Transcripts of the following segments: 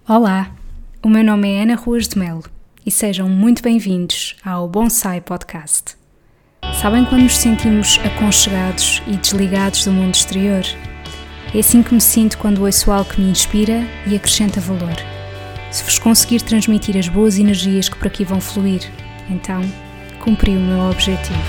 Olá, o meu nome é Ana Ruas de Melo e sejam muito bem-vindos ao Bonsai Podcast. Sabem quando nos sentimos aconchegados e desligados do mundo exterior? É assim que me sinto quando ouço algo que me inspira e acrescenta valor. Se vos conseguir transmitir as boas energias que por aqui vão fluir, então cumpri o meu objetivo.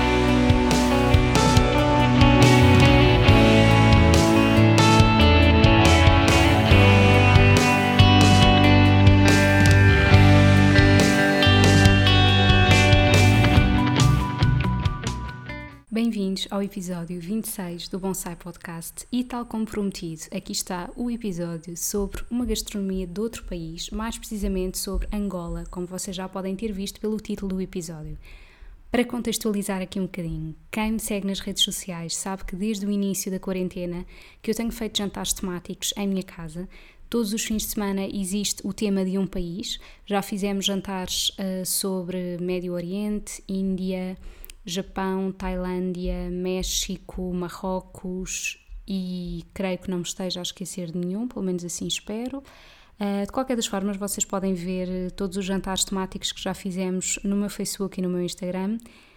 Bem-vindos ao episódio 26 do Bonsai Podcast e, tal como prometido, aqui está o episódio sobre uma gastronomia de outro país, mais precisamente sobre Angola, como vocês já podem ter visto pelo título do episódio. Para contextualizar aqui um bocadinho, quem me segue nas redes sociais sabe que desde o início da quarentena que eu tenho feito jantares temáticos em minha casa. Todos os fins de semana existe o tema de um país. Já fizemos jantares sobre Médio Oriente, Índia, Japão, Tailândia, México, Marrocos e creio que não me esteja a esquecer de nenhum, pelo menos assim espero. De qualquer das formas, vocês podem ver todos os jantares temáticos que já fizemos no meu Facebook e no meu Instagram,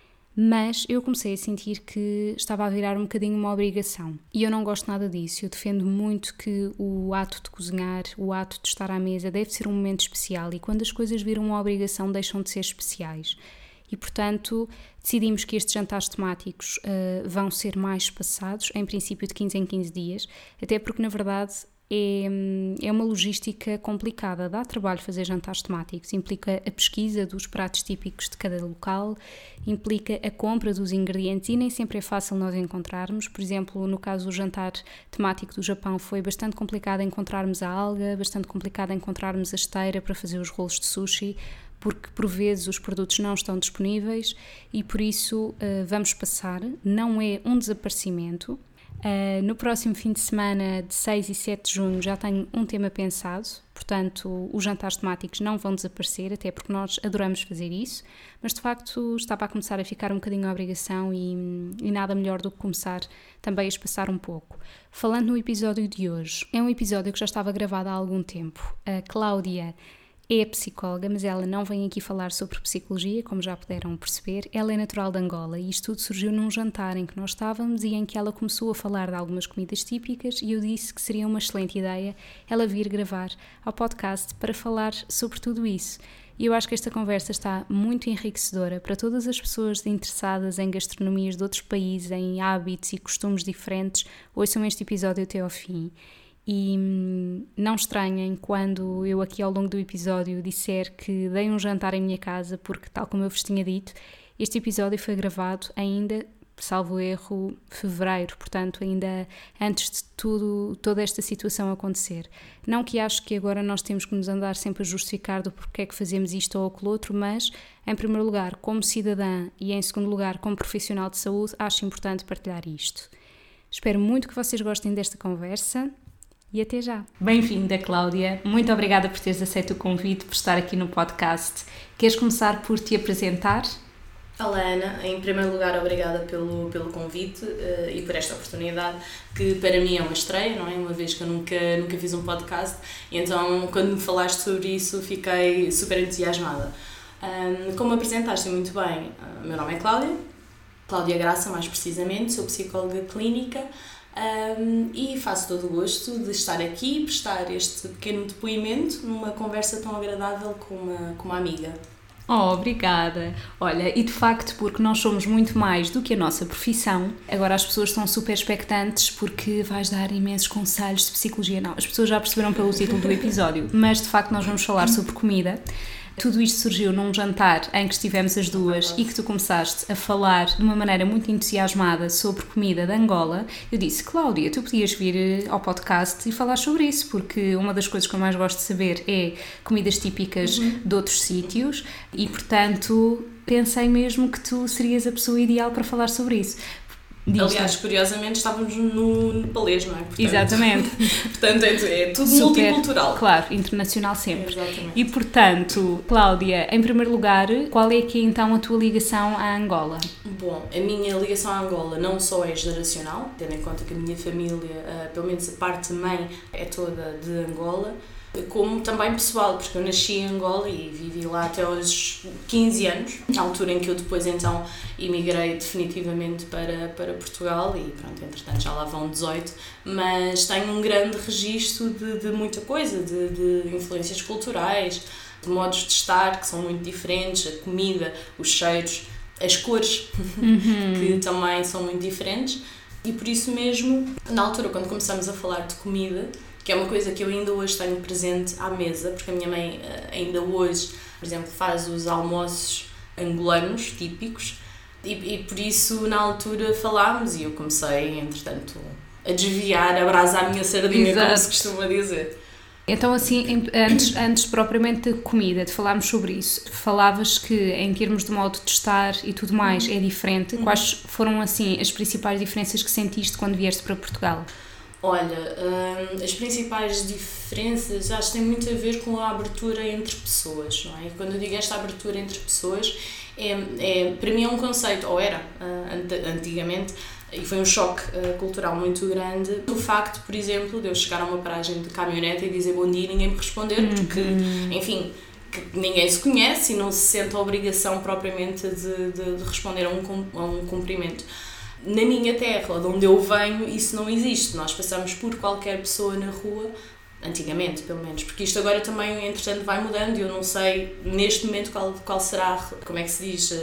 mas eu comecei a sentir que estava a virar um bocadinho uma obrigação e eu não gosto nada disso. Eu defendo muito que o ato de cozinhar, o ato de estar à mesa deve ser um momento especial e quando as coisas viram uma obrigação deixam de ser especiais. E, portanto, decidimos que estes jantares temáticos vão ser mais espaçados, em princípio de 15 em 15 dias, até porque, na verdade, é uma logística complicada. Dá trabalho fazer jantares temáticos, implica a pesquisa dos pratos típicos de cada local, implica a compra dos ingredientes e nem sempre é fácil nós encontrarmos. Por exemplo, no caso do jantar temático do Japão, foi bastante complicado encontrarmos a alga, bastante complicado encontrarmos a esteira para fazer os rolos de sushi, porque por vezes os produtos não estão disponíveis e por isso vamos passar, não é um desaparecimento. No próximo fim de semana de 6 e 7 de junho já tenho um tema pensado, portanto os jantares temáticos não vão desaparecer, até porque nós adoramos fazer isso, mas de facto estava a começar a ficar um bocadinho a obrigação e nada melhor do que começar também a espaçar um pouco. Falando no episódio de hoje, é um episódio que já estava gravado há algum tempo. A Cláudia é psicóloga, mas ela não vem aqui falar sobre psicologia, como já puderam perceber. Ela é natural de Angola e isto tudo surgiu num jantar em que nós estávamos e em que ela começou a falar de algumas comidas típicas e eu disse que seria uma excelente ideia ela vir gravar ao podcast para falar sobre tudo isso. E eu acho que esta conversa está muito enriquecedora para todas as pessoas interessadas em gastronomias de outros países, em hábitos e costumes diferentes. Ouçam este episódio até ao fim. E não estranhem quando eu aqui ao longo do episódio disser que dei um jantar em minha casa, porque tal como eu vos tinha dito, este episódio foi gravado ainda, salvo erro, fevereiro, portanto ainda antes de toda esta situação acontecer. Não que acho que agora nós temos que nos andar sempre a justificar do porquê é que fazemos isto ou aquilo outro, mas em primeiro lugar como cidadã e em segundo lugar como profissional de saúde acho importante partilhar isto. Espero muito que vocês gostem desta conversa. E até já. Bem-vinda, Cláudia. Muito obrigada por teres aceito o convite, por estar aqui no podcast. Queres começar por te apresentar? Olá, Ana. Em primeiro lugar, obrigada pelo convite e por esta oportunidade, que para mim é uma estreia, não é? Uma vez que eu nunca fiz um podcast, e então, quando me falaste sobre isso, fiquei super entusiasmada. Como me apresentaste muito bem, o meu nome é Cláudia Graça, mais precisamente, sou psicóloga clínica, e faço todo o gosto de estar aqui e prestar este pequeno depoimento numa conversa tão agradável com uma amiga. Oh, obrigada. Olha, e de facto, porque nós somos muito mais do que a nossa profissão, agora as pessoas estão super expectantes porque vais dar imensos conselhos de psicologia. Não, as pessoas já perceberam pelo título do episódio, mas de facto nós vamos falar sobre comida. Tudo isto surgiu num jantar em que estivemos as duas e que tu começaste a falar de uma maneira muito entusiasmada sobre comida de Angola. Eu disse, Cláudia, tu podias vir ao podcast e falar sobre isso, porque uma das coisas que eu mais gosto de saber é comidas típicas de outros sítios e, portanto, pensei mesmo que tu serias a pessoa ideal para falar sobre isso. Aliás, curiosamente estávamos no nepalês, não é? Portanto, exatamente. Portanto, é tudo super multicultural. Claro, internacional sempre. Exatamente. E portanto, Cláudia, em primeiro lugar, qual é que é então a tua ligação à Angola? Bom, a minha ligação à Angola não só é geracional, tendo em conta que a minha família, pelo menos a parte mãe, é toda de Angola, como também pessoal, porque eu nasci em Angola e vivi lá até aos 15 anos, na altura em que eu depois então emigrei definitivamente para Portugal e pronto, entretanto já lá vão 18, mas tenho um grande registro de muita coisa, de influências culturais, de modos de estar que são muito diferentes, a comida, os cheiros, as cores, que também são muito diferentes, e por isso mesmo, na altura quando começamos a falar de comida, que é uma coisa que eu ainda hoje tenho presente à mesa, porque a minha mãe ainda hoje, por exemplo, faz os almoços angolanos típicos, e por isso na altura falámos e eu comecei, entretanto, a desviar a brasa à minha sardinha, exato, como se costuma dizer. Então, assim, antes propriamente de comida, de falarmos sobre isso, falavas que em termos de modo de estar e tudo mais é diferente. Quais foram, assim, as principais diferenças que sentiste quando vieste para Portugal? Olha, as principais diferenças acho que têm muito a ver com a abertura entre pessoas, não é? E quando eu digo esta abertura entre pessoas, para mim é um conceito, ou era antigamente, e foi um choque cultural muito grande, o facto, por exemplo, de eu chegar a uma paragem de caminhonete e dizer bom dia e ninguém me responder, porque, enfim, que ninguém se conhece e não se sente a obrigação propriamente de responder a um cumprimento. Na minha terra, de onde eu venho, isso não existe. Nós passamos por qualquer pessoa na rua, antigamente pelo menos, porque isto agora também, entretanto, vai mudando e eu não sei neste momento qual será, como é que se diz,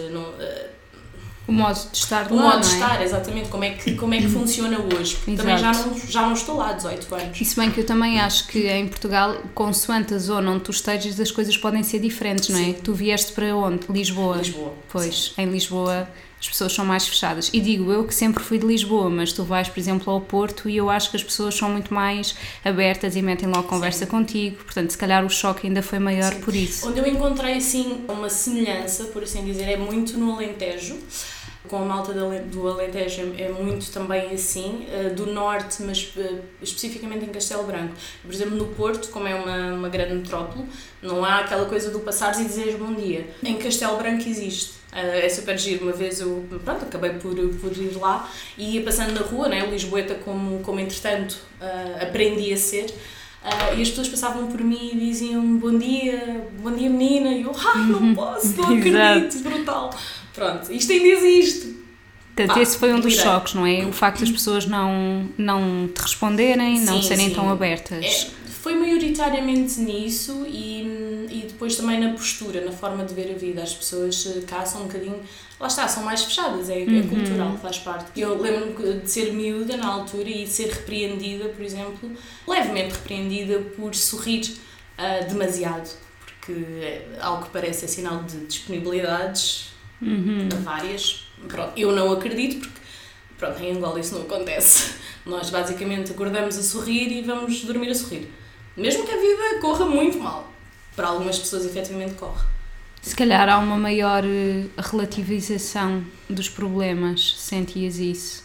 o modo de estar lá, o modo de estar, exatamente, como é que funciona hoje, porque também já não estou lá há 18 anos. E se bem que eu também acho que em Portugal, consoante a zona onde tu estejas, as coisas podem ser diferentes, não é? Tu vieste para onde? Lisboa? Lisboa. Pois, sim. Em Lisboa as pessoas são mais fechadas. E digo eu que sempre fui de Lisboa, mas tu vais, por exemplo, ao Porto e eu acho que as pessoas são muito mais abertas e metem logo conversa contigo. Portanto, se calhar o choque ainda foi maior por isso. Onde eu encontrei, assim, uma semelhança, por assim dizer, é muito no Alentejo. Com a malta do Alentejo é muito também assim, do Norte, mas especificamente em Castelo Branco. Por exemplo, no Porto, como é uma grande metrópole, não há aquela coisa do passares e dizeres bom dia. Em Castelo Branco existe. É super giro. Uma vez eu, pronto, acabei por ir lá e ia passando na rua, né, Lisboeta como entretanto aprendi a ser, e as pessoas passavam por mim e diziam bom dia menina, e eu, não posso, não acredito, brutal. Pronto, isto ainda existe. Portanto, esse foi um dos choques, não é? O facto das pessoas não te responderem, não serem tão abertas. Foi maioritariamente nisso e depois também na postura, na forma de ver a vida. As pessoas cá são um bocadinho, lá está, são mais fechadas, é cultural, faz parte. Eu lembro-me de ser miúda na altura e de ser repreendida, por exemplo, levemente repreendida por sorrir demasiado, porque ao que parece é sinal de disponibilidades várias. Pronto, eu não acredito porque pronto, em Angola isso não acontece. Nós basicamente acordamos a sorrir e vamos dormir a sorrir. Mesmo que a vida corra muito mal. Para algumas pessoas efetivamente corre. Se calhar há uma maior relativização dos problemas, sentias isso?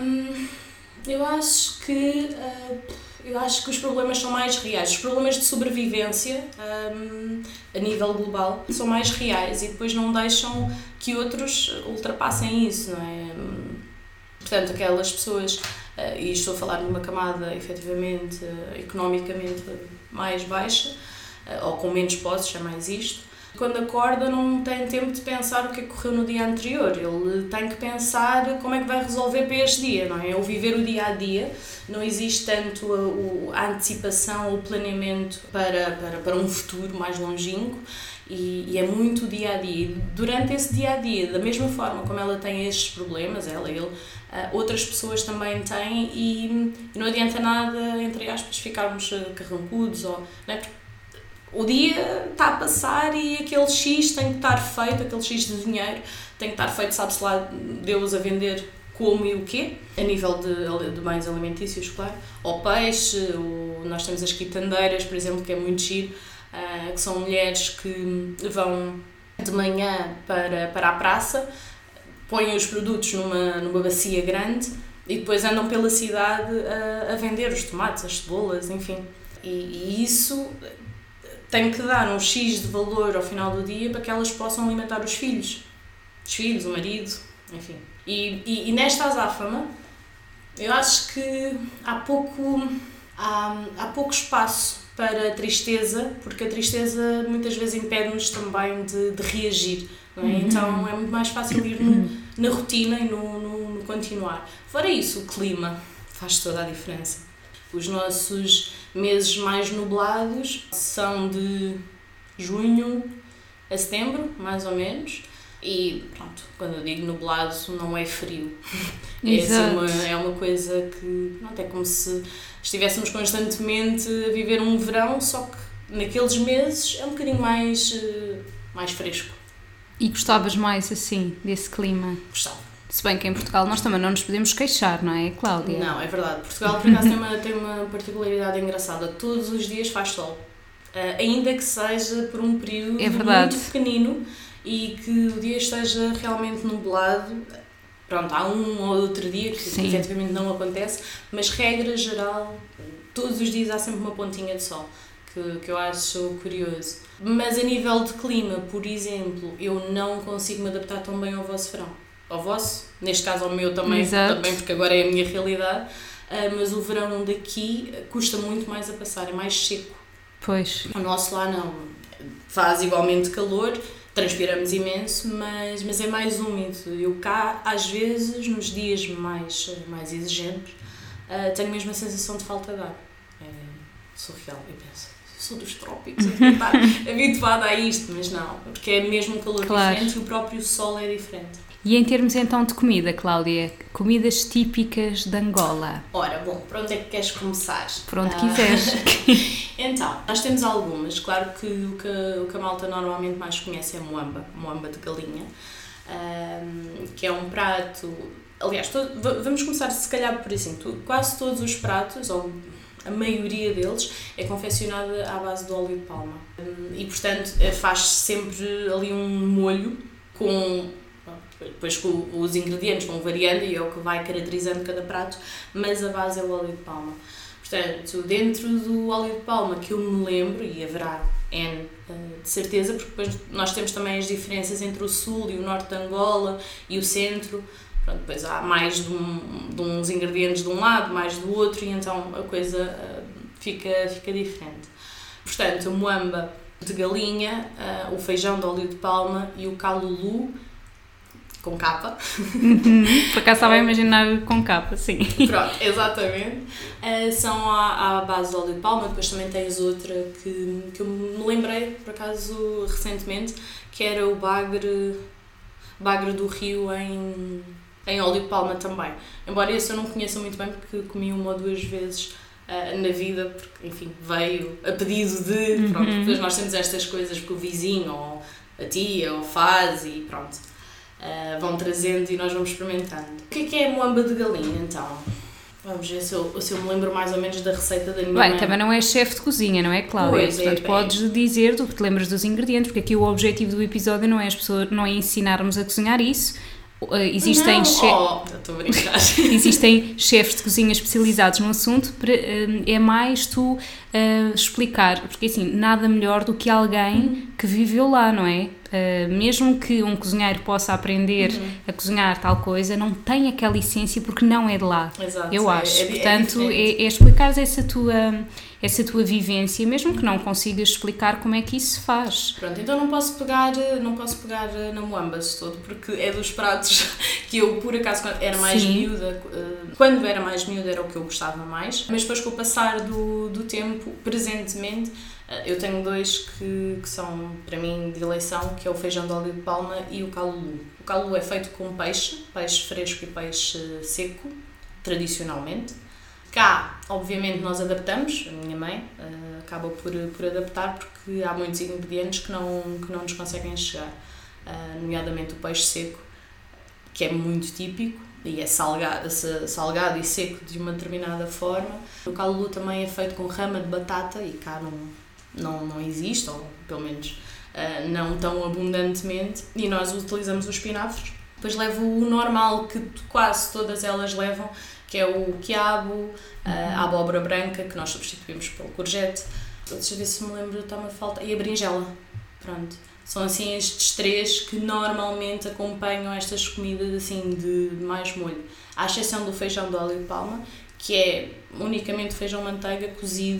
Eu acho que os problemas são mais reais. Os problemas de sobrevivência a nível global são mais reais e depois não deixam que outros ultrapassem isso, não é? Portanto, aquelas pessoas, e estou a falar de uma camada efetivamente economicamente mais baixa, ou com menos posses, é mais isto, quando acorda não tem tempo de pensar o que é que correu no dia anterior, ele tem que pensar como é que vai resolver para este dia, não é? É o viver o dia a dia, não existe tanto a antecipação, o planeamento para um futuro mais longínquo. E é muito o dia a dia. Durante esse dia a dia, da mesma forma como ela tem estes problemas, ele, outras pessoas também têm, e não adianta nada, entre aspas, ficarmos carrancudos, ou, não é? Porque o dia está a passar e aquele X tem que estar feito, aquele X de dinheiro tem que estar feito, sabe-se lá Deus a vender como e o quê, a nível de bens alimentícios, claro, ou peixe, nós temos as quitandeiras, por exemplo, que é muito giro, que são mulheres que vão de manhã para a praça, põem os produtos numa bacia grande e depois andam pela cidade a vender os tomates, as cebolas, enfim. E isso tem que dar um X de valor ao final do dia para que elas possam alimentar os filhos, o marido, enfim. E nesta azáfama, eu acho que há pouco espaço para a tristeza, porque a tristeza muitas vezes impede-nos também de reagir, não é? Então é muito mais fácil ir na rotina e no continuar. Fora isso, o clima faz toda a diferença. Os nossos meses mais nublados são de junho a setembro, mais ou menos. E pronto, quando eu digo nublado, não é frio. É uma coisa que pronto, é como se estivéssemos constantemente a viver um verão, só que naqueles meses é um bocadinho mais fresco. E gostavas mais assim, desse clima? Gostava. Se bem que em Portugal nós também não nos podemos queixar, não é, Cláudia? Não, é verdade. Portugal, por acaso, tem uma particularidade engraçada. Todos os dias faz sol. Ainda que seja por um período muito pequenino, e que o dia esteja realmente nublado. Pronto, há um ou outro dia que efetivamente não acontece, mas regra geral, todos os dias há sempre uma pontinha de sol, que eu acho curioso. Mas a nível de clima, por exemplo, eu não consigo me adaptar tão bem ao vosso verão. Ao vosso, neste caso ao meu também, porque agora é a minha realidade, mas o verão daqui custa muito mais a passar, é mais seco. Pois. O nosso lá não, faz igualmente calor, transpiramos imenso, mas é mais úmido. Eu cá, às vezes, nos dias mais exigentes, tenho mesmo a sensação de falta de ar. É surreal, eu penso, eu sou dos trópicos, eu tenho que estar habituada a isto, mas não, porque é mesmo um calor diferente e o próprio sol é diferente. E em termos então de comida, Cláudia, comidas típicas de Angola? Ora, bom, por onde é que queres começar? Por onde quiseres. Então, nós temos algumas. Claro que o que a malta normalmente mais conhece é moamba de galinha, que é um prato... Aliás, vamos começar se calhar por assim, quase todos os pratos, ou a maioria deles, é confeccionada à base de óleo de palma. E, portanto, faz sempre ali um molho com... Depois com os ingredientes vão variando e é o que vai caracterizando cada prato, mas a base é o óleo de palma. Portanto, dentro do óleo de palma que eu me lembro, e haverá N de certeza, porque depois nós temos também as diferenças entre o sul e o norte de Angola e o centro. Pronto, depois há mais de uns ingredientes de um lado, mais do outro, e então a coisa fica diferente. Portanto, a moamba de galinha, o feijão de óleo de palma e o calulu, com capa. Por acaso estava a imaginar com capa, sim. Pronto, exatamente. São à base de óleo de palma. Depois também tens outra que eu me lembrei, por acaso, recentemente, que era o bagre do Rio em óleo de palma também. Embora esse eu não conheça muito bem, porque comi uma ou duas vezes na vida, porque, enfim, veio a pedido de... Pronto, depois nós temos estas coisas porque o vizinho, ou a tia, ou faz, e pronto. Vão trazendo e nós vamos experimentando. O que é a moamba de galinha, então? Vamos ver se eu me lembro mais ou menos da receita da minha mãe. Bem, também não és chefe de cozinha, não é, Cláudia? Pois, portanto, podes dizer do que te lembras dos ingredientes, porque aqui o objetivo do episódio não é ensinarmos a cozinhar isso. Existem estou a brincar. Existem chefes de cozinha especializados no assunto, é mais tu explicar, porque assim, nada melhor do que alguém que viveu lá, não é? Mesmo que um cozinheiro possa aprender a cozinhar tal coisa, não tem aquela essência porque não é de lá. Exato, eu acho. Portanto, é explicares essa tua vivência, mesmo que não consigas explicar como é que isso se faz. Pronto, então não posso pegar na moamba de todo, porque é dos pratos que eu, por acaso, quando era mais miúda, era o que eu gostava mais, mas depois com o passar do tempo, presentemente, eu tenho dois que são, para mim, de eleição, que é o feijão de óleo de palma e o calulu. O calulu é feito com peixe fresco e peixe seco, tradicionalmente. Cá, obviamente, nós adaptamos, a minha mãe acaba por adaptar, porque há muitos ingredientes que não nos conseguem chegar, nomeadamente o peixe seco, que é muito típico, e é salgado e seco de uma determinada forma. O calulu também é feito com rama de batata, e cá não existe, ou pelo menos não tão abundantemente, e nós utilizamos os espinafres. Depois levo o normal, que quase todas elas levam, que é o quiabo, a abóbora branca, que nós substituímos pelo courgette. Deixa eu ver se me lembro, está-me a falta. E a berinjela. Pronto. São assim estes três que normalmente acompanham estas comidas assim de mais molho. À exceção do feijão de óleo de palma, que é unicamente feijão manteiga cozido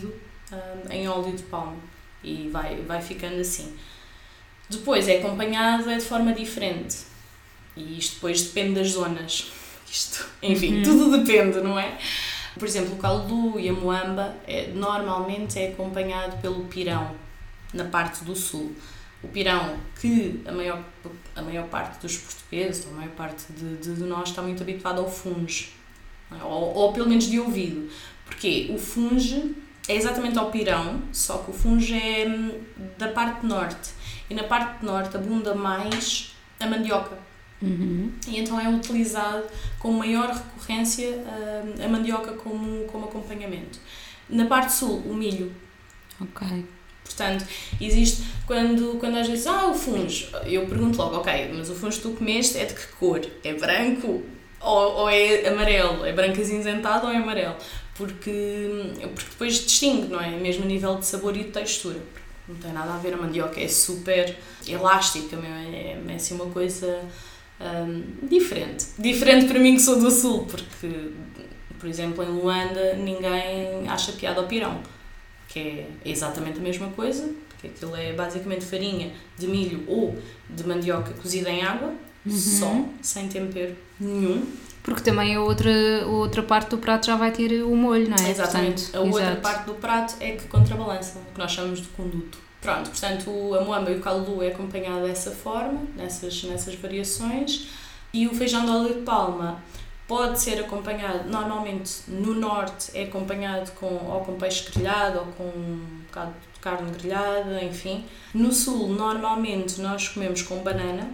em óleo de palma e vai ficando assim. Depois é acompanhado de forma diferente e isto depois depende das zonas. Enfim, tudo depende, não é? Por exemplo, o caldo e a moamba normalmente é acompanhado pelo pirão na parte do sul. O pirão que a maior parte dos portugueses, ou a maior parte de nós está muito habituado ao funge, ou pelo menos de ouvido. Porque o funge é exatamente ao pirão, só que o funge é da parte norte. E na parte norte abunda mais a mandioca. E então é utilizado com maior recorrência a mandioca como acompanhamento. Na parte sul, o milho. Ok. Portanto, existe, quando às vezes, o funge, eu pergunto logo, ok, mas o funge que tu comeste é de que cor? É branco ou é amarelo? É branco acinzentado ou é amarelo? Porque depois distingue, não é? Mesmo a nível de sabor e de textura. Não tem nada a ver, a mandioca é super elástica, é assim uma coisa diferente. Diferente para mim que sou do sul, porque, por exemplo, em Luanda ninguém acha piada ao pirão, que é exatamente a mesma coisa, porque aquilo é basicamente farinha de milho ou de mandioca cozida em água, só, sem tempero nenhum. Porque também a outra parte do prato já vai ter o molho, não é? Exatamente. Portanto, outra parte do prato é que contrabalança, o que nós chamamos de conduto. Pronto, portanto, a moamba e o caldo é acompanhado dessa forma, nessas variações, e o feijão de óleo de palma pode ser acompanhado, normalmente no norte é acompanhado ou com peixe grelhado ou com um bocado de carne grelhada, enfim. No sul, normalmente, nós comemos com banana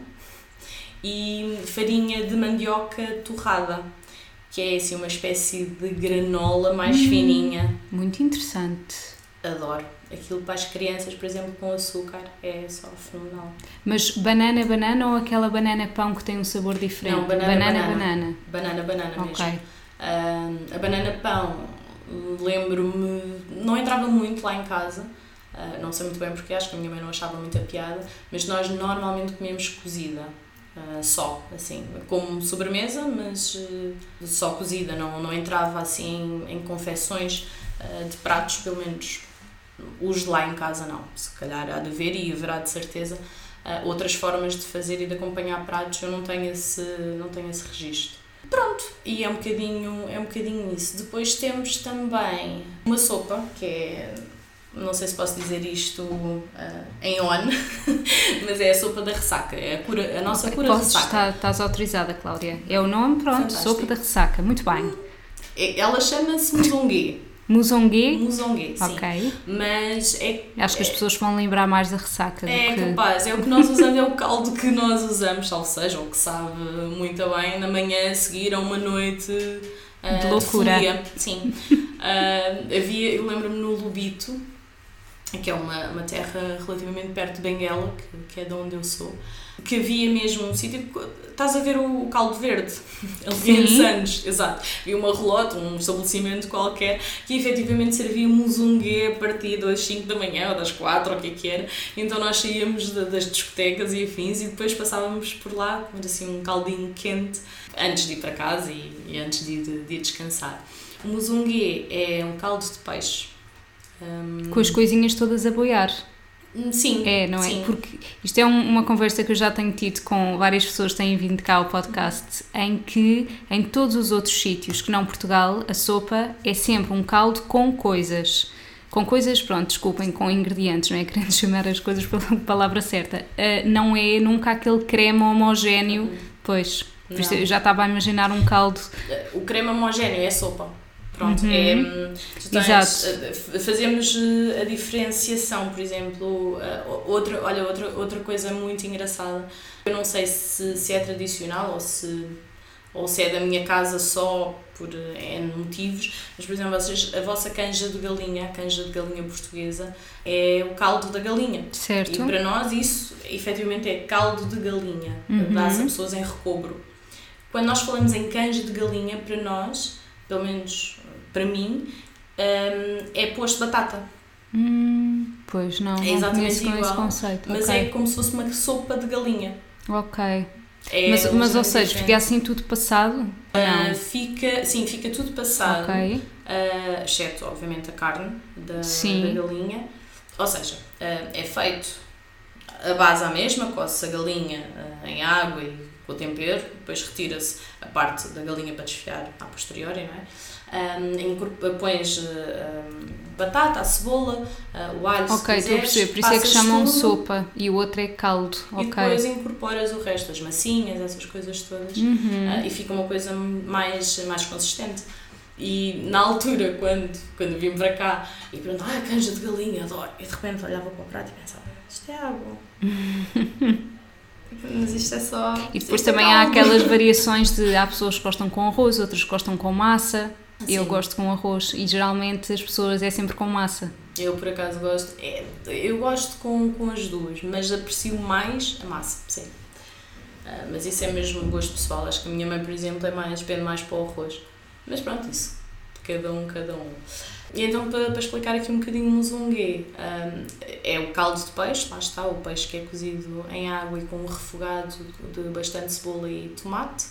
e farinha de mandioca torrada, que é assim uma espécie de granola mais fininha. Muito interessante. Adoro. Aquilo para as crianças, por exemplo, com açúcar, é só fenomenal. Mas banana ou aquela banana pão que tem um sabor diferente? Não, banana. Banana okay. Mesmo. A banana pão, lembro-me, não entrava muito lá em casa, não sei muito bem porque acho que a minha mãe não achava muita piada, mas nós normalmente comíamos cozida. Só, assim, como sobremesa, mas só cozida, não entrava assim em confecções de pratos, pelo menos os de lá em casa não, se calhar há de haver e haverá de certeza outras formas de fazer e de acompanhar pratos, eu não tenho esse registro. Pronto, e é um bocadinho isso. Depois temos também uma sopa, que é, não sei se posso dizer isto em on, mas é a sopa da ressaca, é a nossa pura ressaca. Estás autorizada, Cláudia. É o nome, pronto, fantástico. Sopa da ressaca, muito bem. Ela chama-se muzonguê. Muzonguê? Muzonguê, sim. Ok. Mas acho que as pessoas vão lembrar mais da ressaca. É capaz, é o que nós usamos, é o caldo que nós usamos, salvo seja, ou que sabe muito bem, na manhã a seguir a uma noite de loucura. Sim. Eu lembro-me no Lubito, que é uma terra relativamente perto de Benguela, que é de onde eu sou, que havia mesmo um sítio, estás a ver o Caldo Verde, ele vinha de Santos, exato, havia uma relota, um estabelecimento qualquer, que efetivamente servia muzunguê a partir das 5 da manhã ou das 4, ou o que era, então nós saíamos das discotecas e afins e depois passávamos por lá, com assim um caldinho quente, antes de ir para casa e antes de ir descansar. O muzunguê é um caldo de peixe. Com as coisinhas todas a boiar. Sim. É, não é? Sim. Porque isto é uma conversa que eu já tenho tido com várias pessoas que têm vindo cá ao podcast, em que em todos os outros sítios que não Portugal, a sopa é sempre um caldo com coisas. Com coisas, pronto, desculpem, com ingredientes, não é? Querendo chamar as coisas pela palavra certa. Não é nunca aquele creme homogéneo. Pois, eu já estava a imaginar um caldo. O creme homogéneo é sopa. Pronto, fazemos a diferenciação, por exemplo, outra coisa muito engraçada, eu não sei se é tradicional ou se é da minha casa só por N motivos, mas por exemplo, a vossa canja de galinha, a canja de galinha portuguesa, é o caldo da galinha. Certo. E para nós isso, efetivamente, é caldo de galinha, dá-se a pessoas em recobro. Quando nós falamos em canja de galinha, para nós, pelo menos para mim, é posto batata. Pois não, é exatamente igual, esse conceito. Mas okay. É como se fosse uma sopa de galinha. Ok. Mas ou seja, fica assim tudo passado? Fica tudo passado. Ok. exceto, obviamente, a carne da galinha. Ou seja, é feito a base à mesma, coce a galinha em água e com o tempero, depois retira-se a parte da galinha para desfiar a posteriori, não é? Pões batata, a cebola, o alho, se quiseres, estou a perceber, por isso é que chamam sopa e o outro é caldo. E depois incorporas o resto, as massinhas, essas coisas todas, e fica uma coisa mais consistente. E na altura, quando vim para cá e perguntava, canja de galinha, adoro, e de repente olhava para o prato e pensava, isto é água. Mas isto é só... E depois também há aquelas variações de... Há pessoas que gostam com arroz, outras que gostam com massa. Sim. Eu gosto com arroz e geralmente as pessoas é sempre com massa. Eu por acaso gosto... eu gosto com as duas, mas aprecio mais a massa, sim. Mas isso é mesmo um gosto pessoal. Acho que a minha mãe, por exemplo, pende mais para o arroz. Mas pronto, isso. Cada um. E então, para explicar aqui um bocadinho o muzungue, é o caldo de peixe, lá está, o peixe que é cozido em água e com um refogado de bastante cebola e tomate.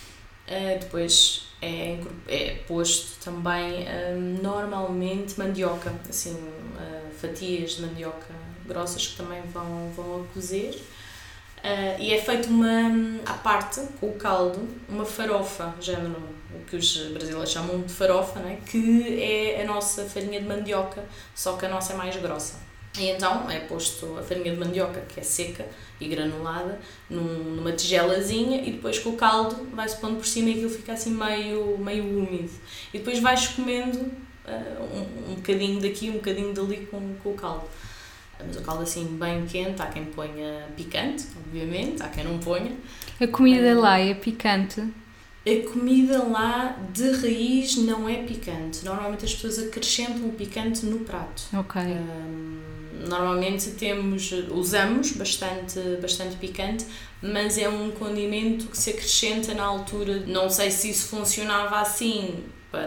Depois é posto também, normalmente, mandioca, assim, fatias de mandioca grossas que também vão a cozer. E é feito à parte, com o caldo, uma farofa, género, o que os brasileiros chamam de farofa, né? Que é a nossa farinha de mandioca, só que a nossa é mais grossa. E então é posto a farinha de mandioca, que é seca e granulada, numa tigelazinha, e depois com o caldo vai-se pondo por cima e aquilo fica assim meio úmido. E depois vais comendo um bocadinho daqui, um bocadinho dali com o caldo. Mas o caldo assim bem quente, há quem ponha picante, obviamente, há quem não ponha. A comida lá é picante? A comida lá de raiz não é picante. Normalmente as pessoas acrescentam o picante no prato. Ok. Normalmente usamos bastante picante, mas é um condimento que se acrescenta na altura. Não sei se isso funcionava assim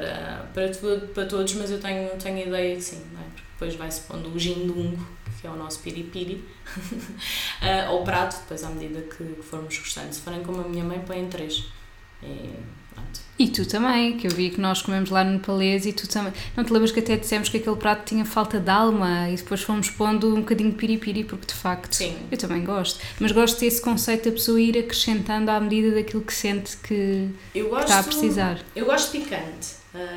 para todos, mas eu tenho ideia que sim, não é? Porque depois vai-se pondo o gindungo, que é o nosso piripiri, ao prato, depois à medida que formos gostando. Se forem como a minha mãe, põem 3. E tu também, que eu vi que nós comemos lá no nepalês e tu também. Não te lembras que até dissemos que aquele prato tinha falta de alma e depois fomos pondo um bocadinho de piripiri, porque de facto sim. Eu também gosto. Mas gosto desse conceito da pessoa ir acrescentando à medida daquilo que sente que está a precisar. Eu gosto de picante,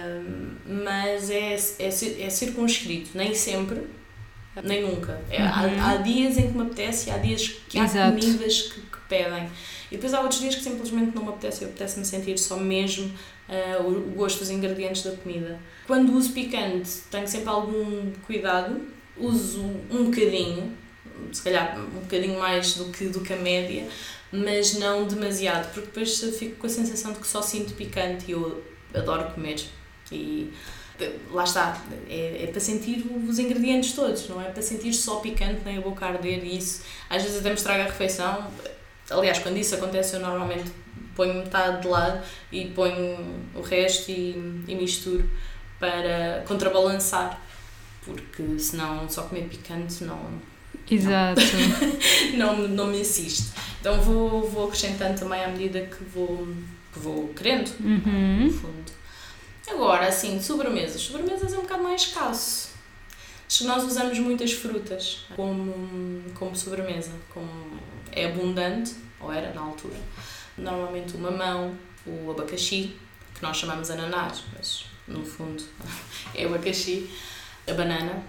mas é circunscrito, nem sempre. Nem nunca. Há dias em que me apetece e há dias que há comidas que pedem. E depois há outros dias que simplesmente não me apetece. Eu apetece-me sentir só mesmo o gosto dos ingredientes da comida. Quando uso picante, tenho sempre algum cuidado. Uso um bocadinho, se calhar um bocadinho mais do que a média, mas não demasiado, porque depois fico com a sensação de que só sinto picante e eu adoro comer. E lá está, é para sentir os ingredientes todos, não é para sentir só picante nem a boca arder, e isso às vezes até me estraga a refeição. Aliás, quando isso acontece eu normalmente ponho metade de lado e ponho o resto e misturo para contrabalançar, porque senão só comer picante não... Exato. não me assiste. Então vou acrescentando também à medida que vou querendo, no fundo. Agora, assim, sobremesas. Sobremesas é um bocado mais escasso. Acho que nós usamos muitas frutas como sobremesa. Como é abundante, ou era na altura, normalmente o mamão, o abacaxi, que nós chamamos ananás, mas no fundo é abacaxi, a banana,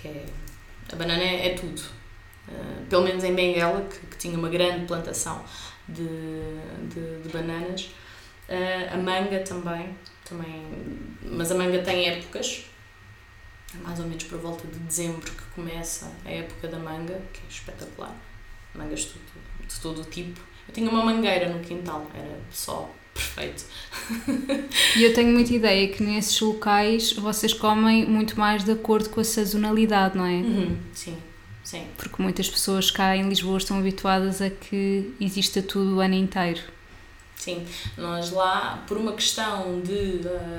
a banana é tudo. Pelo menos em Benguela, que tinha uma grande plantação de bananas. A manga também, mas a manga tem épocas, mais ou menos por volta de dezembro que começa a época da manga, que é espetacular, mangas de todo o tipo. Eu tinha uma mangueira no quintal, era só perfeito. E eu tenho muita ideia que nesses locais vocês comem muito mais de acordo com a sazonalidade, não é? Sim. Porque muitas pessoas cá em Lisboa estão habituadas a que exista tudo o ano inteiro. Sim, nós lá, por uma questão de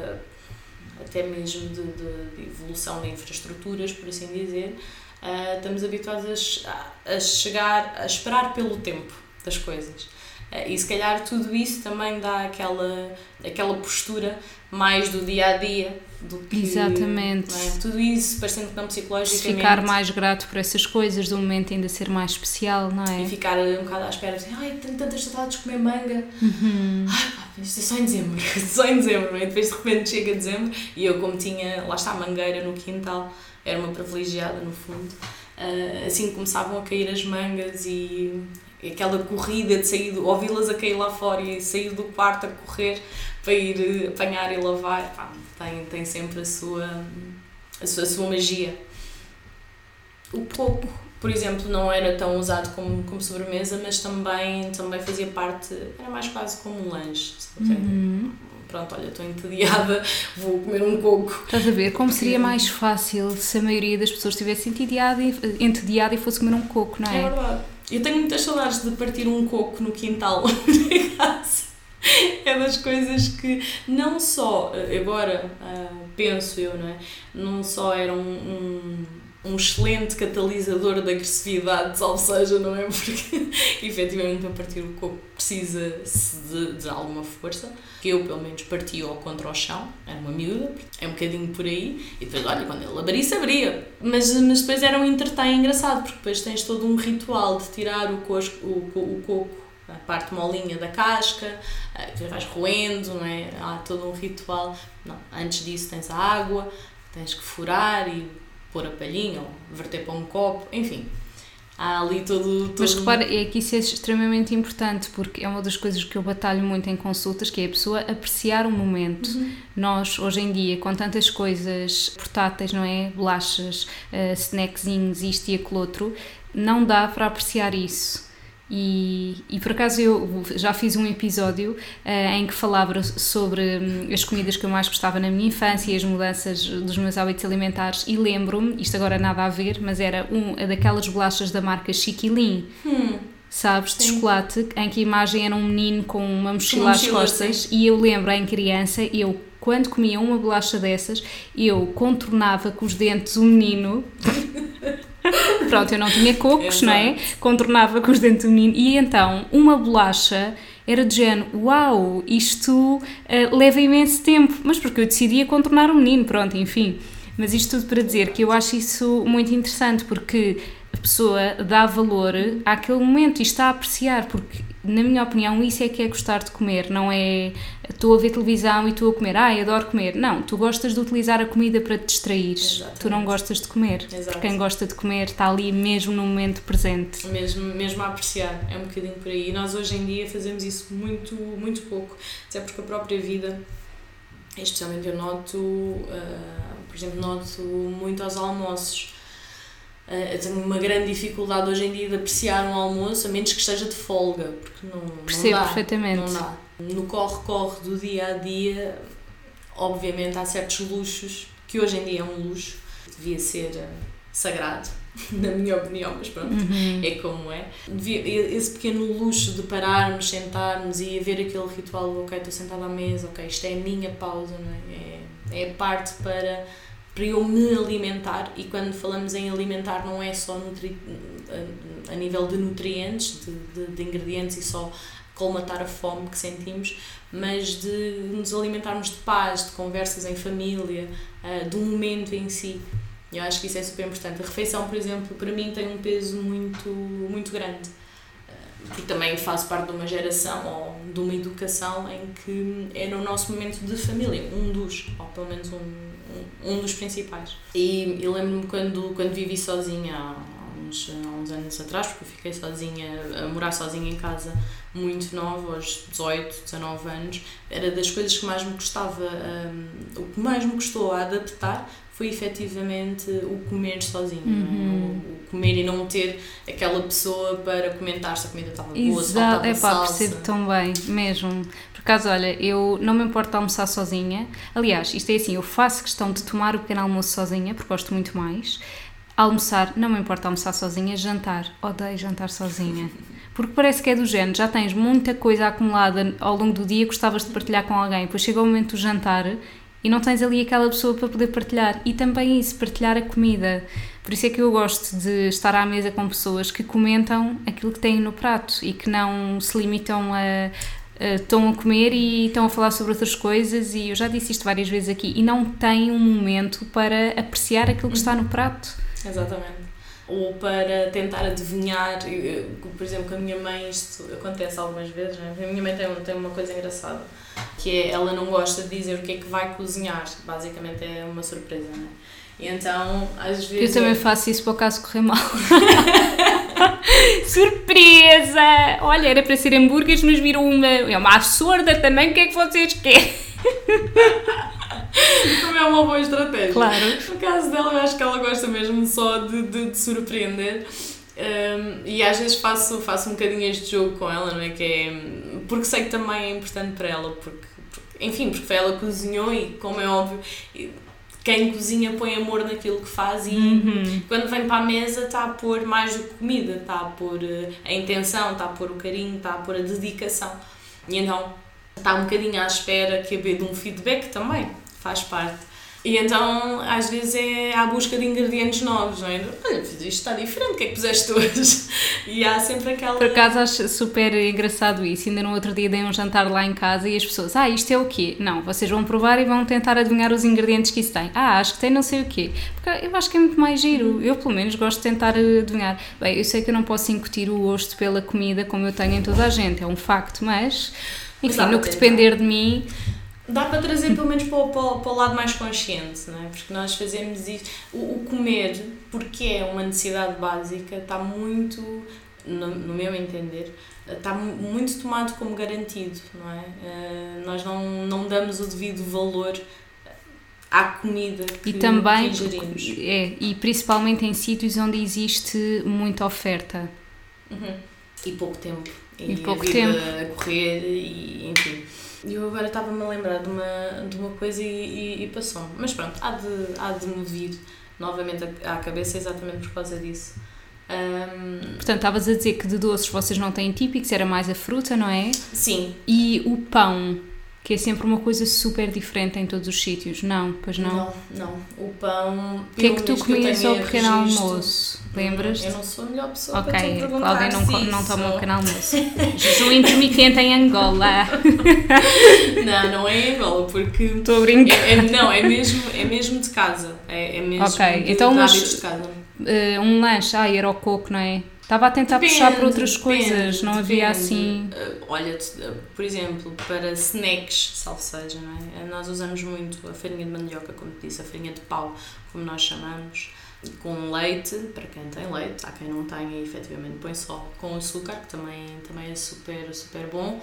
até mesmo de evolução de infraestruturas, por assim dizer, estamos habituados a esperar pelo tempo das coisas. E se calhar tudo isso também dá aquela postura mais do dia a dia, do que... Exatamente. Não é? Tudo isso parecendo que não psicologicamente... Ficar mais grato por essas coisas, do momento ainda ser mais especial, não é? E ficar um bocado à espera, assim, ai, tenho tantas saudades de comer manga. Ai, pá, isto é só em dezembro, só em dezembro, não é? Depois de repente chega dezembro e eu, como tinha, lá está a mangueira no quintal, era uma privilegiada no fundo, assim começavam a cair as mangas e aquela corrida de sair, ouvi-las a cair lá fora e sair do quarto a correr para ir apanhar e lavar, pá, tem sempre a sua magia. O coco, por exemplo, não era tão usado como sobremesa, mas também fazia parte, era mais quase como um lanche. Pronto, olha, estou entediada, vou comer um coco. Estás a ver? Como seria mais fácil se a maioria das pessoas estivesse entediada e fosse comer um coco, não é? É verdade. Eu tenho muitas saudades de partir um coco no quintal de casa. É das coisas que não só, agora penso eu, não é? Não só era um excelente catalisador de agressividade, ou seja, não é? Porque efetivamente para partir o coco precisa-se de alguma força. Eu, pelo menos, partia contra o chão, era uma miúda, é um bocadinho por aí, e depois, olha, quando ele abria. Mas depois era um entretém engraçado, porque depois tens todo um ritual de tirar o coco, a parte molinha da casca, depois vais roendo, não é? Há todo um ritual. Não, antes disso tens a água, tens que furar e pôr a palhinha ou verter para um copo, enfim. Há ali todo... Mas repara, é que isso é extremamente importante, porque é uma das coisas que eu batalho muito em consultas, que é a pessoa apreciar o momento. Nós, hoje em dia, com tantas coisas portáteis, não é? Bolachas, snackzinhos, isto e aquilo outro, não dá para apreciar isso. E por acaso eu já fiz um episódio em que falava sobre as comidas que eu mais gostava na minha infância e as mudanças dos meus hábitos alimentares, e lembro-me, isto agora nada a ver, mas era daquelas bolachas da marca Chiquilin, sabes, de chocolate, em que a imagem era um menino com uma mochila às costas, sim. E eu lembro em criança, quando comia uma bolacha dessas, eu contornava com os dentes o menino... Pronto, eu não tinha cocos, não é? Contornava com os dentes do menino. E então, uma bolacha era de género, uau, isto leva imenso tempo. Mas porque eu decidia contornar o menino, pronto, enfim. Mas isto tudo para dizer que eu acho isso muito interessante, porque a pessoa dá valor àquele momento e está a apreciar, porque, na minha opinião, isso é que é gostar de comer, não é estou a ver televisão e estou a comer, adoro comer. Não, tu gostas de utilizar a comida para te distrair. Tu não gostas de comer. Exato. Porque quem gosta de comer está ali mesmo no momento presente. Mesmo a apreciar, é um bocadinho por aí. E nós hoje em dia fazemos isso muito, muito pouco, até porque a própria vida, especialmente eu noto, por exemplo, noto muito aos almoços. Eu tenho uma grande dificuldade hoje em dia de apreciar um almoço, a menos que esteja de folga, porque não percebo dá, perfeitamente. Não dá. No corre-corre do dia-a-dia, obviamente há certos luxos, que hoje em dia é um luxo, devia ser sagrado, na minha opinião, mas pronto, é como é. Esse pequeno luxo de pararmos, sentarmos e haver aquele ritual, ok, estou sentada à mesa, ok, isto é a minha pausa, não é? É parte para eu me alimentar, e quando falamos em alimentar não é só a nível de nutrientes, de ingredientes e só colmatar a fome que sentimos, mas de nos alimentarmos de paz, de conversas em família, do momento em si. Eu acho que isso é super importante. A refeição, por exemplo, para mim tem um peso muito, muito grande, porque também faço parte de uma geração ou de uma educação em que era o nosso momento de família, ou pelo menos um dos principais. E eu lembro-me quando vivi sozinha há uns anos atrás, porque eu fiquei sozinha, a morar sozinha em casa muito nova, aos 18, 19 anos, era das coisas que mais me gostava, o que mais me custou a adaptar foi efetivamente o comer sozinho, o comer e não ter aquela pessoa para comentar se a comida estava boa, se faltava salsa. Percebo tão bem, mesmo. Por acaso, olha, eu não me importo de almoçar sozinha. Aliás, isto é assim, eu faço questão de tomar o pequeno almoço sozinha, porque gosto muito mais. Almoçar, não me importa almoçar sozinha. Jantar, odeio jantar sozinha. Porque parece que é do género, já tens muita coisa acumulada ao longo do dia, gostavas de partilhar com alguém, depois chega o momento do jantar e não tens ali aquela pessoa para poder partilhar. E também isso, partilhar a comida. Por isso é que eu gosto de estar à mesa com pessoas que comentam aquilo que têm no prato e que não se limitam a estão a comer e estão a falar sobre outras coisas, e eu já disse isto várias vezes aqui, e não têm um momento para apreciar aquilo que está no prato. Exatamente. Ou para tentar adivinhar, por exemplo, com a minha mãe isto acontece algumas vezes, né? A minha mãe tem uma coisa engraçada, que é, ela não gosta de dizer o que é que vai cozinhar, basicamente é uma surpresa, né? E então, às vezes... Eu também faço isso para o caso correr mal. Surpresa! Olha, era para ser hambúrgueres, mas virou uma sorda também, o que é que vocês querem? Como é uma boa estratégia. Claro. No caso dela, eu acho que ela gosta mesmo só de surpreender. E às vezes faço um bocadinho este jogo com ela, não é? Que é porque sei que também é importante para ela, porque foi ela que cozinhou e, como é óbvio, quem cozinha põe amor naquilo que faz e quando vem para a mesa está a pôr mais do que comida, está a pôr a intenção, está a pôr o carinho, está a pôr a dedicação. E então está um bocadinho à espera que haver de um feedback também, faz parte. E então, às vezes, é à busca de ingredientes novos, não é? Olha, isto está diferente, o que é que puseste hoje? E há sempre aquela... Por acaso acho super engraçado isso. Ainda no outro dia dei um jantar lá em casa e as pessoas, isto é o quê? Não, vocês vão provar e vão tentar adivinhar os ingredientes que isso tem. Acho que tem não sei o quê. Porque eu acho que é muito mais giro. Eu, pelo menos, gosto de tentar adivinhar. Bem, eu sei que eu não posso incutir o gosto pela comida como eu tenho em toda a gente, é um facto, mas... Enfim, no que depender de mim... Dá para trazer pelo menos para o lado mais consciente, não é? Porque nós fazemos isto. O comer, porque é uma necessidade básica, está muito, no meu entender, está muito tomado como garantido, não é? Nós não damos o devido valor à comida que ingerimos. E principalmente em sítios onde existe muita oferta. E pouco tempo. E pouco a vida tempo. A correr e enfim. E eu agora estava-me a lembrar de uma coisa e passou-me. Mas pronto, há de me vir novamente à cabeça exatamente por causa disso. Portanto, estavas a dizer que de doces vocês não têm típicos, era mais a fruta, não é? Sim. E o pão, que é sempre uma coisa super diferente em todos os sítios, não? Pois não? Não. O pão... O que é que tu comias ao pequeno almoço? Lembras-te? Eu não sou a melhor pessoa para te perguntar. Cláudia não toma um pequeno almoço. Jejum intermitente em Angola. Não é em Angola, porque... Estou a brincar. É mesmo de casa. É mesmo então, de hábitos de casa. Um lanche, era o coco, não é? Estava a tentar puxar para outras coisas, não havia assim... Olha, por exemplo, para snacks, salvo seja, não é? Nós usamos muito a farinha de mandioca, como te disse, a farinha de pau, como nós chamamos, com leite, para quem tem leite, há quem não tenha e efetivamente põe só com açúcar, que também é super, super bom.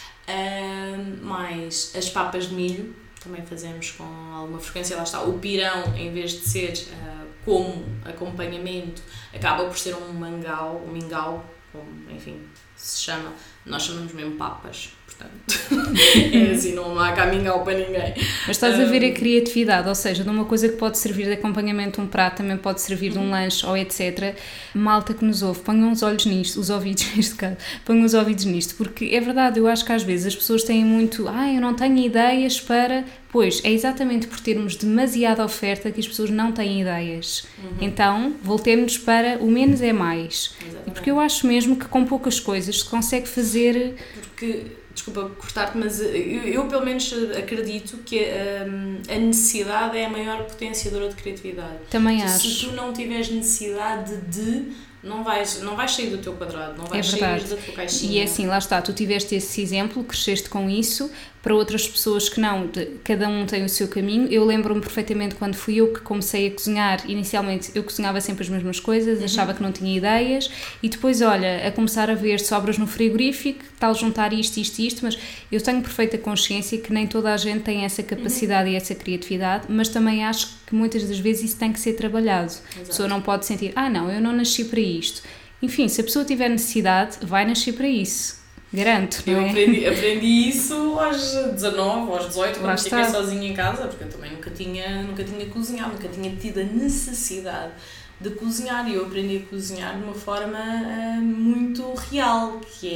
Mais as papas de milho, também fazemos com alguma frequência, lá está, o pirão, em vez de ser como acompanhamento, acaba por ser um mingau, como, enfim, se chama, nós chamamos mesmo papas, portanto, é assim, não há cá mingau para ninguém. Mas estás a ver a criatividade, ou seja, de uma coisa que pode servir de acompanhamento um prato, também pode servir de um lanche ou etc. Malta que nos ouve, ponham os olhos nisto, os ouvidos neste caso, ponham os ouvidos nisto, porque é verdade, eu acho que às vezes as pessoas têm muito, eu não tenho ideias para... Pois, é exatamente por termos demasiada oferta que as pessoas não têm ideias. Então, voltemos para o menos é mais. Exatamente. Porque eu acho mesmo que com poucas coisas se consegue fazer... Porque, desculpa cortar-te, mas eu pelo menos acredito que a necessidade é a maior potenciadora de criatividade. Também acho. Se tu não tiveres necessidade de... Não vais sair do teu quadrado, não vais sair da tua caixinha. E é assim, lá está, tu tiveste esse exemplo, cresceste com isso, para outras pessoas que não, cada um tem o seu caminho. Eu lembro-me perfeitamente quando fui eu que comecei a cozinhar, inicialmente eu cozinhava sempre as mesmas coisas, achava que não tinha ideias, e depois, olha, a começar a ver sobras no frigorífico, tal juntar isto, mas eu tenho perfeita consciência que nem toda a gente tem essa capacidade e essa criatividade, mas também acho que muitas das vezes isso tem que ser trabalhado. Exato. A pessoa não pode sentir, não, eu não nasci para isto. Enfim, se a pessoa tiver necessidade, vai nascer para isso. Garanto, não é? Eu aprendi isso aos 19, aos 18, quando fiquei sozinha em casa, porque eu também nunca tinha cozinhado, nunca tinha tido a necessidade de cozinhar, e eu aprendi a cozinhar de uma forma muito real, que é,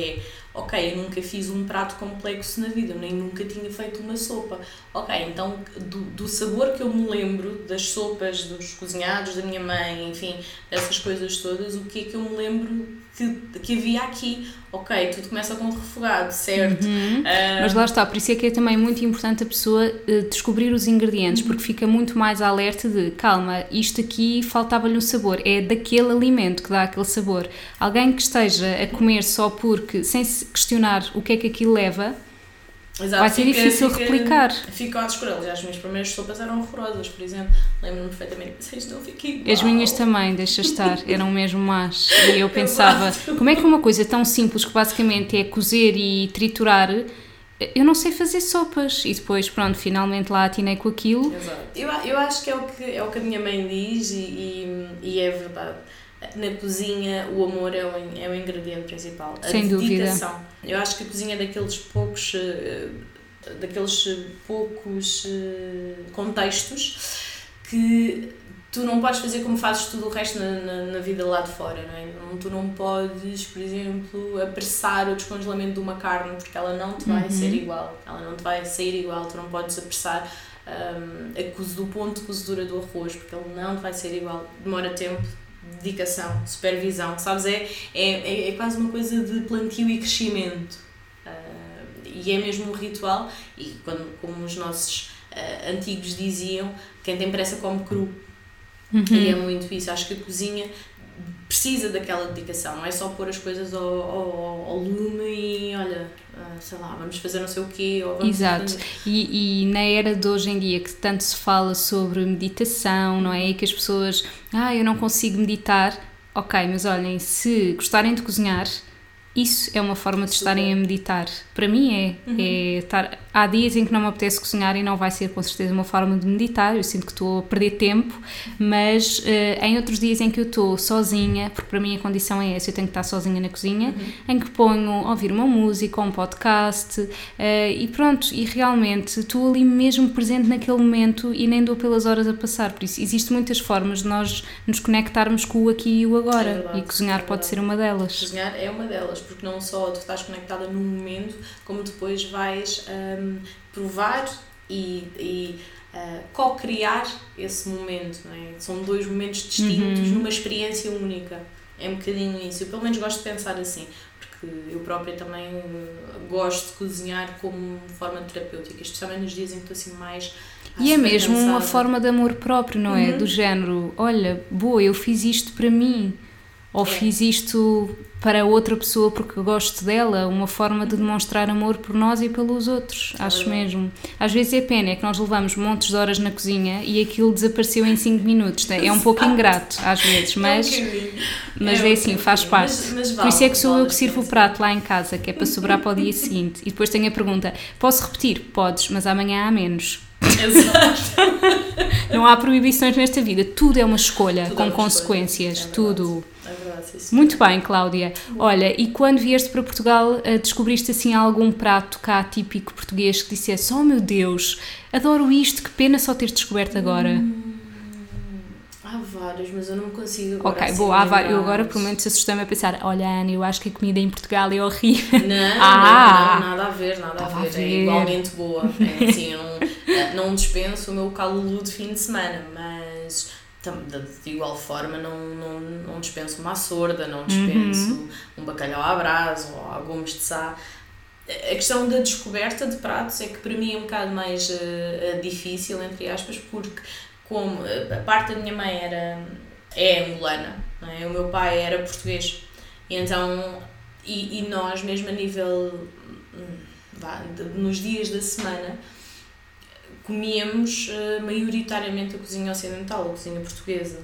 ok, eu nunca fiz um prato complexo na vida, nem nunca tinha feito uma sopa. Ok, então do sabor que eu me lembro das sopas, dos cozinhados da minha mãe, enfim, dessas coisas todas, o que é que eu me lembro que havia aqui? Ok, tudo começa com refogado, certo? Mas lá está, por isso é que é também muito importante a pessoa descobrir os ingredientes, porque fica muito mais alerta de, calma, isto aqui faltava-lhe um sabor, é daquele alimento que dá aquele sabor. Alguém que esteja a comer só porque, sem se questionar o que é que aquilo leva, exato, vai ser difícil replicar. Fica às escuras. As minhas primeiras sopas eram horrorosas, por exemplo. Lembro-me perfeitamente que isto não fica igual. As minhas também, deixa estar, eram mesmo más. E eu pensava, como é que uma coisa tão simples que basicamente é cozer e triturar, eu não sei fazer sopas. E depois, pronto, finalmente lá atinei com aquilo. Exato. Eu acho que é o que a minha mãe diz e é verdade. Na cozinha o amor é o ingrediente principal. Sem dedicação. Dúvida. Eu acho que a cozinha é daqueles poucos contextos que tu não podes fazer como fazes tudo o resto na vida lá de fora, não é? Tu não podes, por exemplo, apressar o descongelamento de uma carne porque ela não te vai ser igual, ela não te vai sair igual, tu não podes apressar o ponto de cozedura do arroz porque ele não te vai ser igual, demora tempo, dedicação, supervisão, sabes? É quase uma coisa de plantio e crescimento. E é mesmo um ritual, e como os nossos antigos diziam, quem tem pressa come cru. E é muito isso. Acho que a cozinha precisa daquela dedicação, não é só pôr as coisas ao lume e olha, sei lá, vamos fazer não sei o quê. Ou vamos Exato, e na era de hoje em dia que tanto se fala sobre meditação, não é? E que as pessoas, eu não consigo meditar. Ok, mas olhem, se gostarem de cozinhar, isso é uma forma de estarem a meditar. Para mim é estar... Há dias em que não me apetece cozinhar e não vai ser com certeza uma forma de meditar, eu sinto que estou a perder tempo, mas em outros dias em que eu estou sozinha, porque para mim a condição é essa, eu tenho que estar sozinha na cozinha, em que ponho a ouvir uma música ou um podcast e pronto, e realmente estou ali mesmo presente naquele momento e nem dou pelas horas a passar, por isso existem muitas formas de nós nos conectarmos com o aqui e o agora, verdade, e cozinhar pode ser uma delas. Cozinhar é uma delas, porque não só tu estás conectada num momento, como depois vais provar e co-criar esse momento, não é? São dois momentos distintos numa experiência única. É um bocadinho isso. Eu pelo menos gosto de pensar assim, porque eu própria também gosto de cozinhar como forma terapêutica, especialmente nos dias em que estou assim mais... E é mesmo cansada. Uma forma de amor próprio, não é? Do género, olha, boa, eu fiz isto para mim. Ou fiz isto para outra pessoa porque gosto dela, uma forma de demonstrar amor por nós e pelos outros, acho mesmo. Às vezes é pena, é que nós levamos montes de horas na cozinha e aquilo desapareceu em 5 minutos, é um pouco ingrato às vezes, mas é assim, faz parte. Mas vale, por isso é que sou eu que sirvo o prato lá em casa, que é para sobrar para o dia seguinte. E depois tenho a pergunta, posso repetir? Podes, mas amanhã há menos. Exato. Não há proibições nesta vida, tudo é uma escolha, tudo com consequências, tudo. É verdade, sim. Muito bem, Cláudia. Olha, e quando vieste para Portugal, descobriste assim algum prato cá típico português que dissesse, oh meu Deus, adoro isto, que pena só ter descoberto agora? Há vários, mas eu não consigo agora. Ok, boa, há vários. Eu agora, por momentos, assustei-me a pensar, olha, Ana, eu acho que a comida em Portugal é horrível. Não, nada a ver, é igualmente boa. É, assim, eu não dispenso o meu calulu de fim de semana, mas de igual forma não dispenso uma açorda, não dispenso um bacalhau à brasa ou alguns de sá. A questão da descoberta de pratos é que para mim é um bocado mais difícil, entre aspas, porque como a parte da minha mãe é angolana, não é? O meu pai era português, e então e nós mesmo a nível nos dias da semana comíamos maioritariamente a cozinha ocidental, a cozinha portuguesa.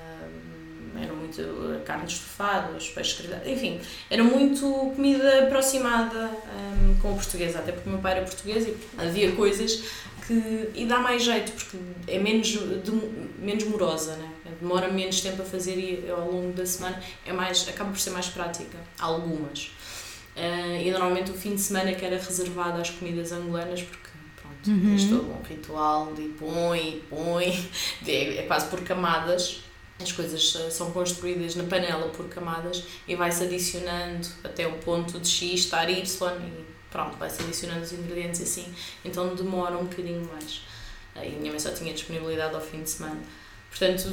Era muito carne estofada, os peixes grelhados, enfim, era muito comida aproximada com o português, até porque o meu pai era português e havia coisas e dá mais jeito, porque é menos morosa, né? Demora menos tempo a fazer e ao longo da semana acaba por ser mais prática, algumas. E normalmente o fim de semana que era reservado às comidas angolanas, porque pronto, tens todo um ritual de põe, é quase por camadas. as coisas são construídas na panela por camadas e vai-se adicionando até o ponto de X estar Y e pronto, vai-se adicionando os ingredientes assim, então demora um bocadinho mais. E a minha mãe só tinha disponibilidade ao fim de semana. Portanto,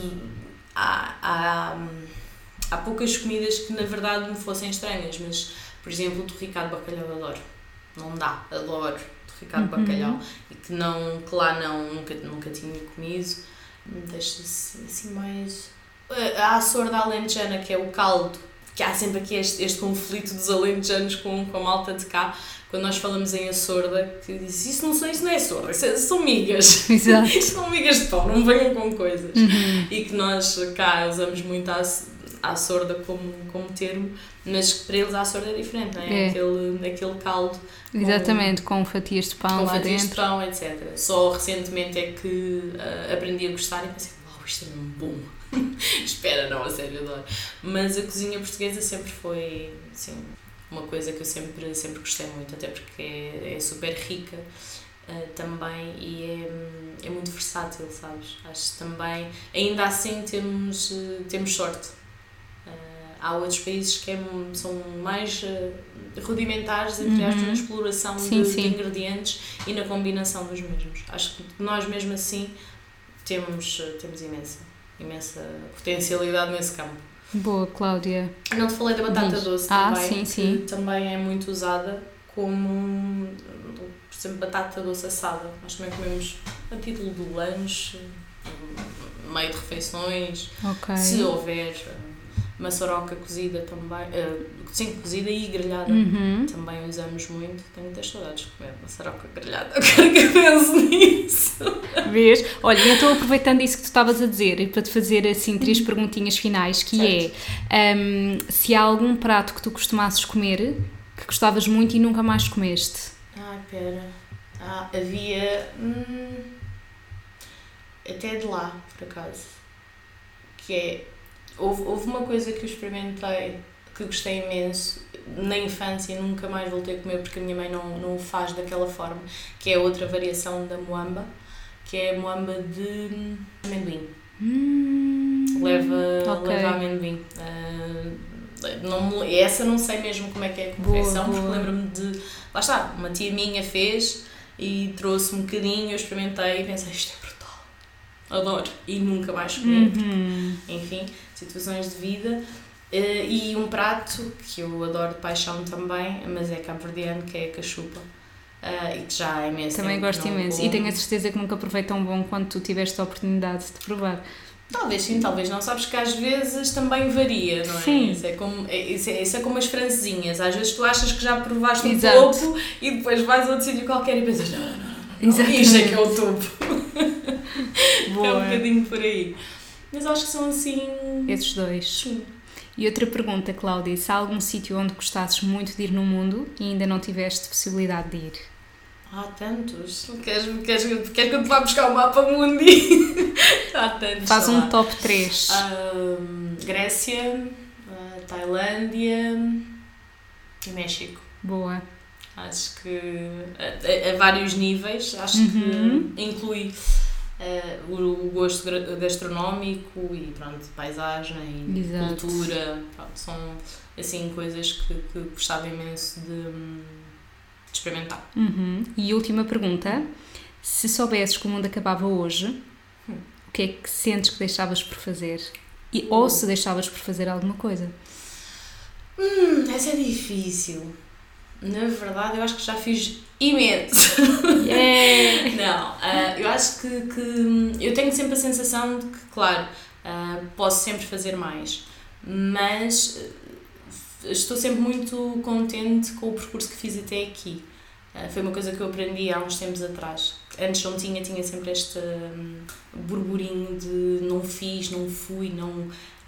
há poucas comidas que na verdade me fossem estranhas, mas, por exemplo, o torricado de bacalhau adoro. Não dá, adoro torricado de bacalhau. E que lá nunca tinha comido. Deixa-se assim mais... A açor da alentejana, que é o caldo, que há sempre aqui este conflito dos alentejanos com a malta de cá. Quando nós falamos em açorda, que diz isso não é açorda, são migas. Exato. São migas de pão, não venham com coisas. E que nós cá usamos muito a açorda como termo, mas para eles a açorda é diferente, não é? Aquele caldo. Exatamente, com fatias de pão lá dentro. Com fatias de pão, etc. Só recentemente é que aprendi a gostar e pensei, isto é mesmo bom. Espera, não, a sério, adoro. Mas a cozinha portuguesa sempre foi, assim, uma coisa que eu sempre gostei muito, até porque é super rica também e é muito versátil, sabes? Acho que também, ainda assim, temos sorte. Há outros países que são mais rudimentares, entre aspas, na exploração de ingredientes e na combinação dos mesmos. Acho que nós, mesmo assim, temos imensa potencialidade nesse campo. Boa, Cláudia. Não te falei da batata doce também, sim. Que também é muito usada como, por exemplo, batata doce assada. Nós também comemos a título de lanche, meio de refeições, se houver maçaroca cozida também, sim, cozida e grelhada, também usamos muito. Tenho muitas saudades de comer maçaroca grelhada, agora que eu penso nisso. Vês? Olha, eu estou aproveitando isso que tu estavas a dizer e para te fazer assim 3 perguntinhas finais, que certo. Se há algum prato que tu costumasses comer, que gostavas muito e nunca mais comeste? Havia até de lá, por acaso, que é... Houve uma coisa que eu experimentei que gostei imenso na infância e nunca mais voltei a comer porque a minha mãe não o faz daquela forma, que é outra variação da moamba, que é a moamba de amendoim. Leva amendoim. Essa não sei mesmo como é que é a confecção, porque lembro-me de... Lá está, uma tia minha fez e trouxe um bocadinho, eu experimentei e pensei, isto é brutal. Adoro. E nunca mais comi, porque, enfim, situações de vida. E um prato que eu adoro de paixão também, mas é cabo-verdiano, que é a cachupa. E que já é imenso. Também gosto imenso. Como. E tenho a certeza que nunca provei tão bom quanto tu tiveste a oportunidade de provar. Talvez sim, talvez não. Sabes que às vezes também varia, não é? Sim. Isso é como as francesinhas. Às vezes tu achas que já provaste o topo e depois vais a outro sítio qualquer e pensas, não. Isto é que é o topo. Boa. É um bocadinho por aí. Mas acho que são assim... Esses 2. Sim. E outra pergunta, Cláudia, se há algum sítio onde gostasses muito de ir no mundo e ainda não tiveste possibilidade de ir? Há tantos. Queres que eu te vá buscar o mapa mundi? Há tantos. Faz um top 3. Grécia, Tailândia e México. Boa. Acho que a vários níveis, acho que inclui o gosto gastronómico e pronto, paisagem e exato. Cultura. Pronto, são assim coisas que gostava imenso de experimentar. E última pergunta, se soubesses que o mundo acabava hoje, o que é que sentes que deixavas por fazer? Ou se deixavas por fazer alguma coisa? Essa é difícil. Na verdade, eu acho que já fiz imenso. Yeah. Não, eu acho que eu tenho sempre a sensação de que, claro, posso sempre fazer mais, mas estou sempre muito contente com o percurso que fiz até aqui. Foi uma coisa que eu aprendi há uns tempos atrás. Antes não tinha sempre este burburinho de não fiz, não fui, não,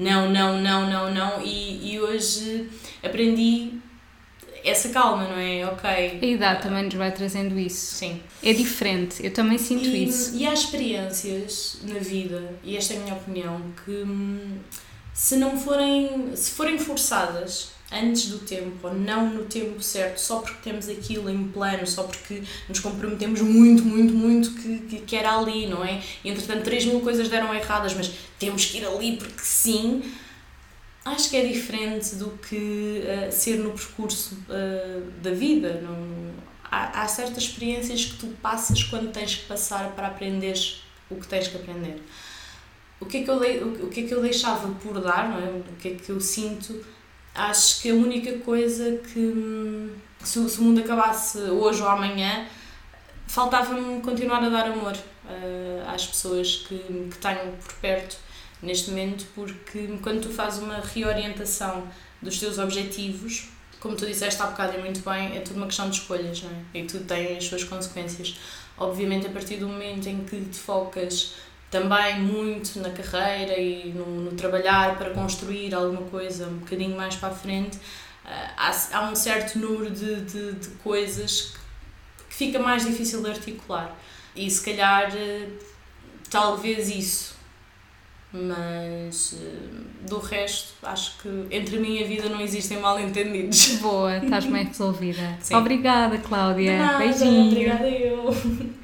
e hoje aprendi essa calma, não é? Ok. A idade também nos vai trazendo isso. Sim. É diferente, eu também sinto isso. E há experiências na vida, e esta é a minha opinião, que se forem forçadas antes do tempo, ou não no tempo certo, só porque temos aquilo em plano, só porque nos comprometemos muito que era ali, não é? E entretanto 3.000 coisas deram erradas, mas temos que ir ali porque sim. Acho que é diferente do que ser no percurso da vida. Há certas experiências que tu passas quando tens que passar para aprenderes o que tens que aprender. O que é que eu deixava por dar, não é? O que é que eu sinto? Acho que a única coisa que, se o mundo acabasse hoje ou amanhã, faltava-me continuar a dar amor às pessoas que tenho por perto neste momento, porque quando tu fazes uma reorientação dos teus objetivos, como tu disseste há bocado e muito bem, é tudo uma questão de escolhas, não é? E tudo tem as suas consequências. Obviamente, a partir do momento em que te focas também muito na carreira e no trabalhar para construir alguma coisa um bocadinho mais para a frente, há um certo número de coisas que fica mais difícil de articular. E se calhar, talvez isso. Mas do resto, acho que entre mim e a vida não existem mal-entendidos. Boa, estás bem resolvida. Sim. Obrigada, Cláudia. De nada, Beijinho. obrigada eu.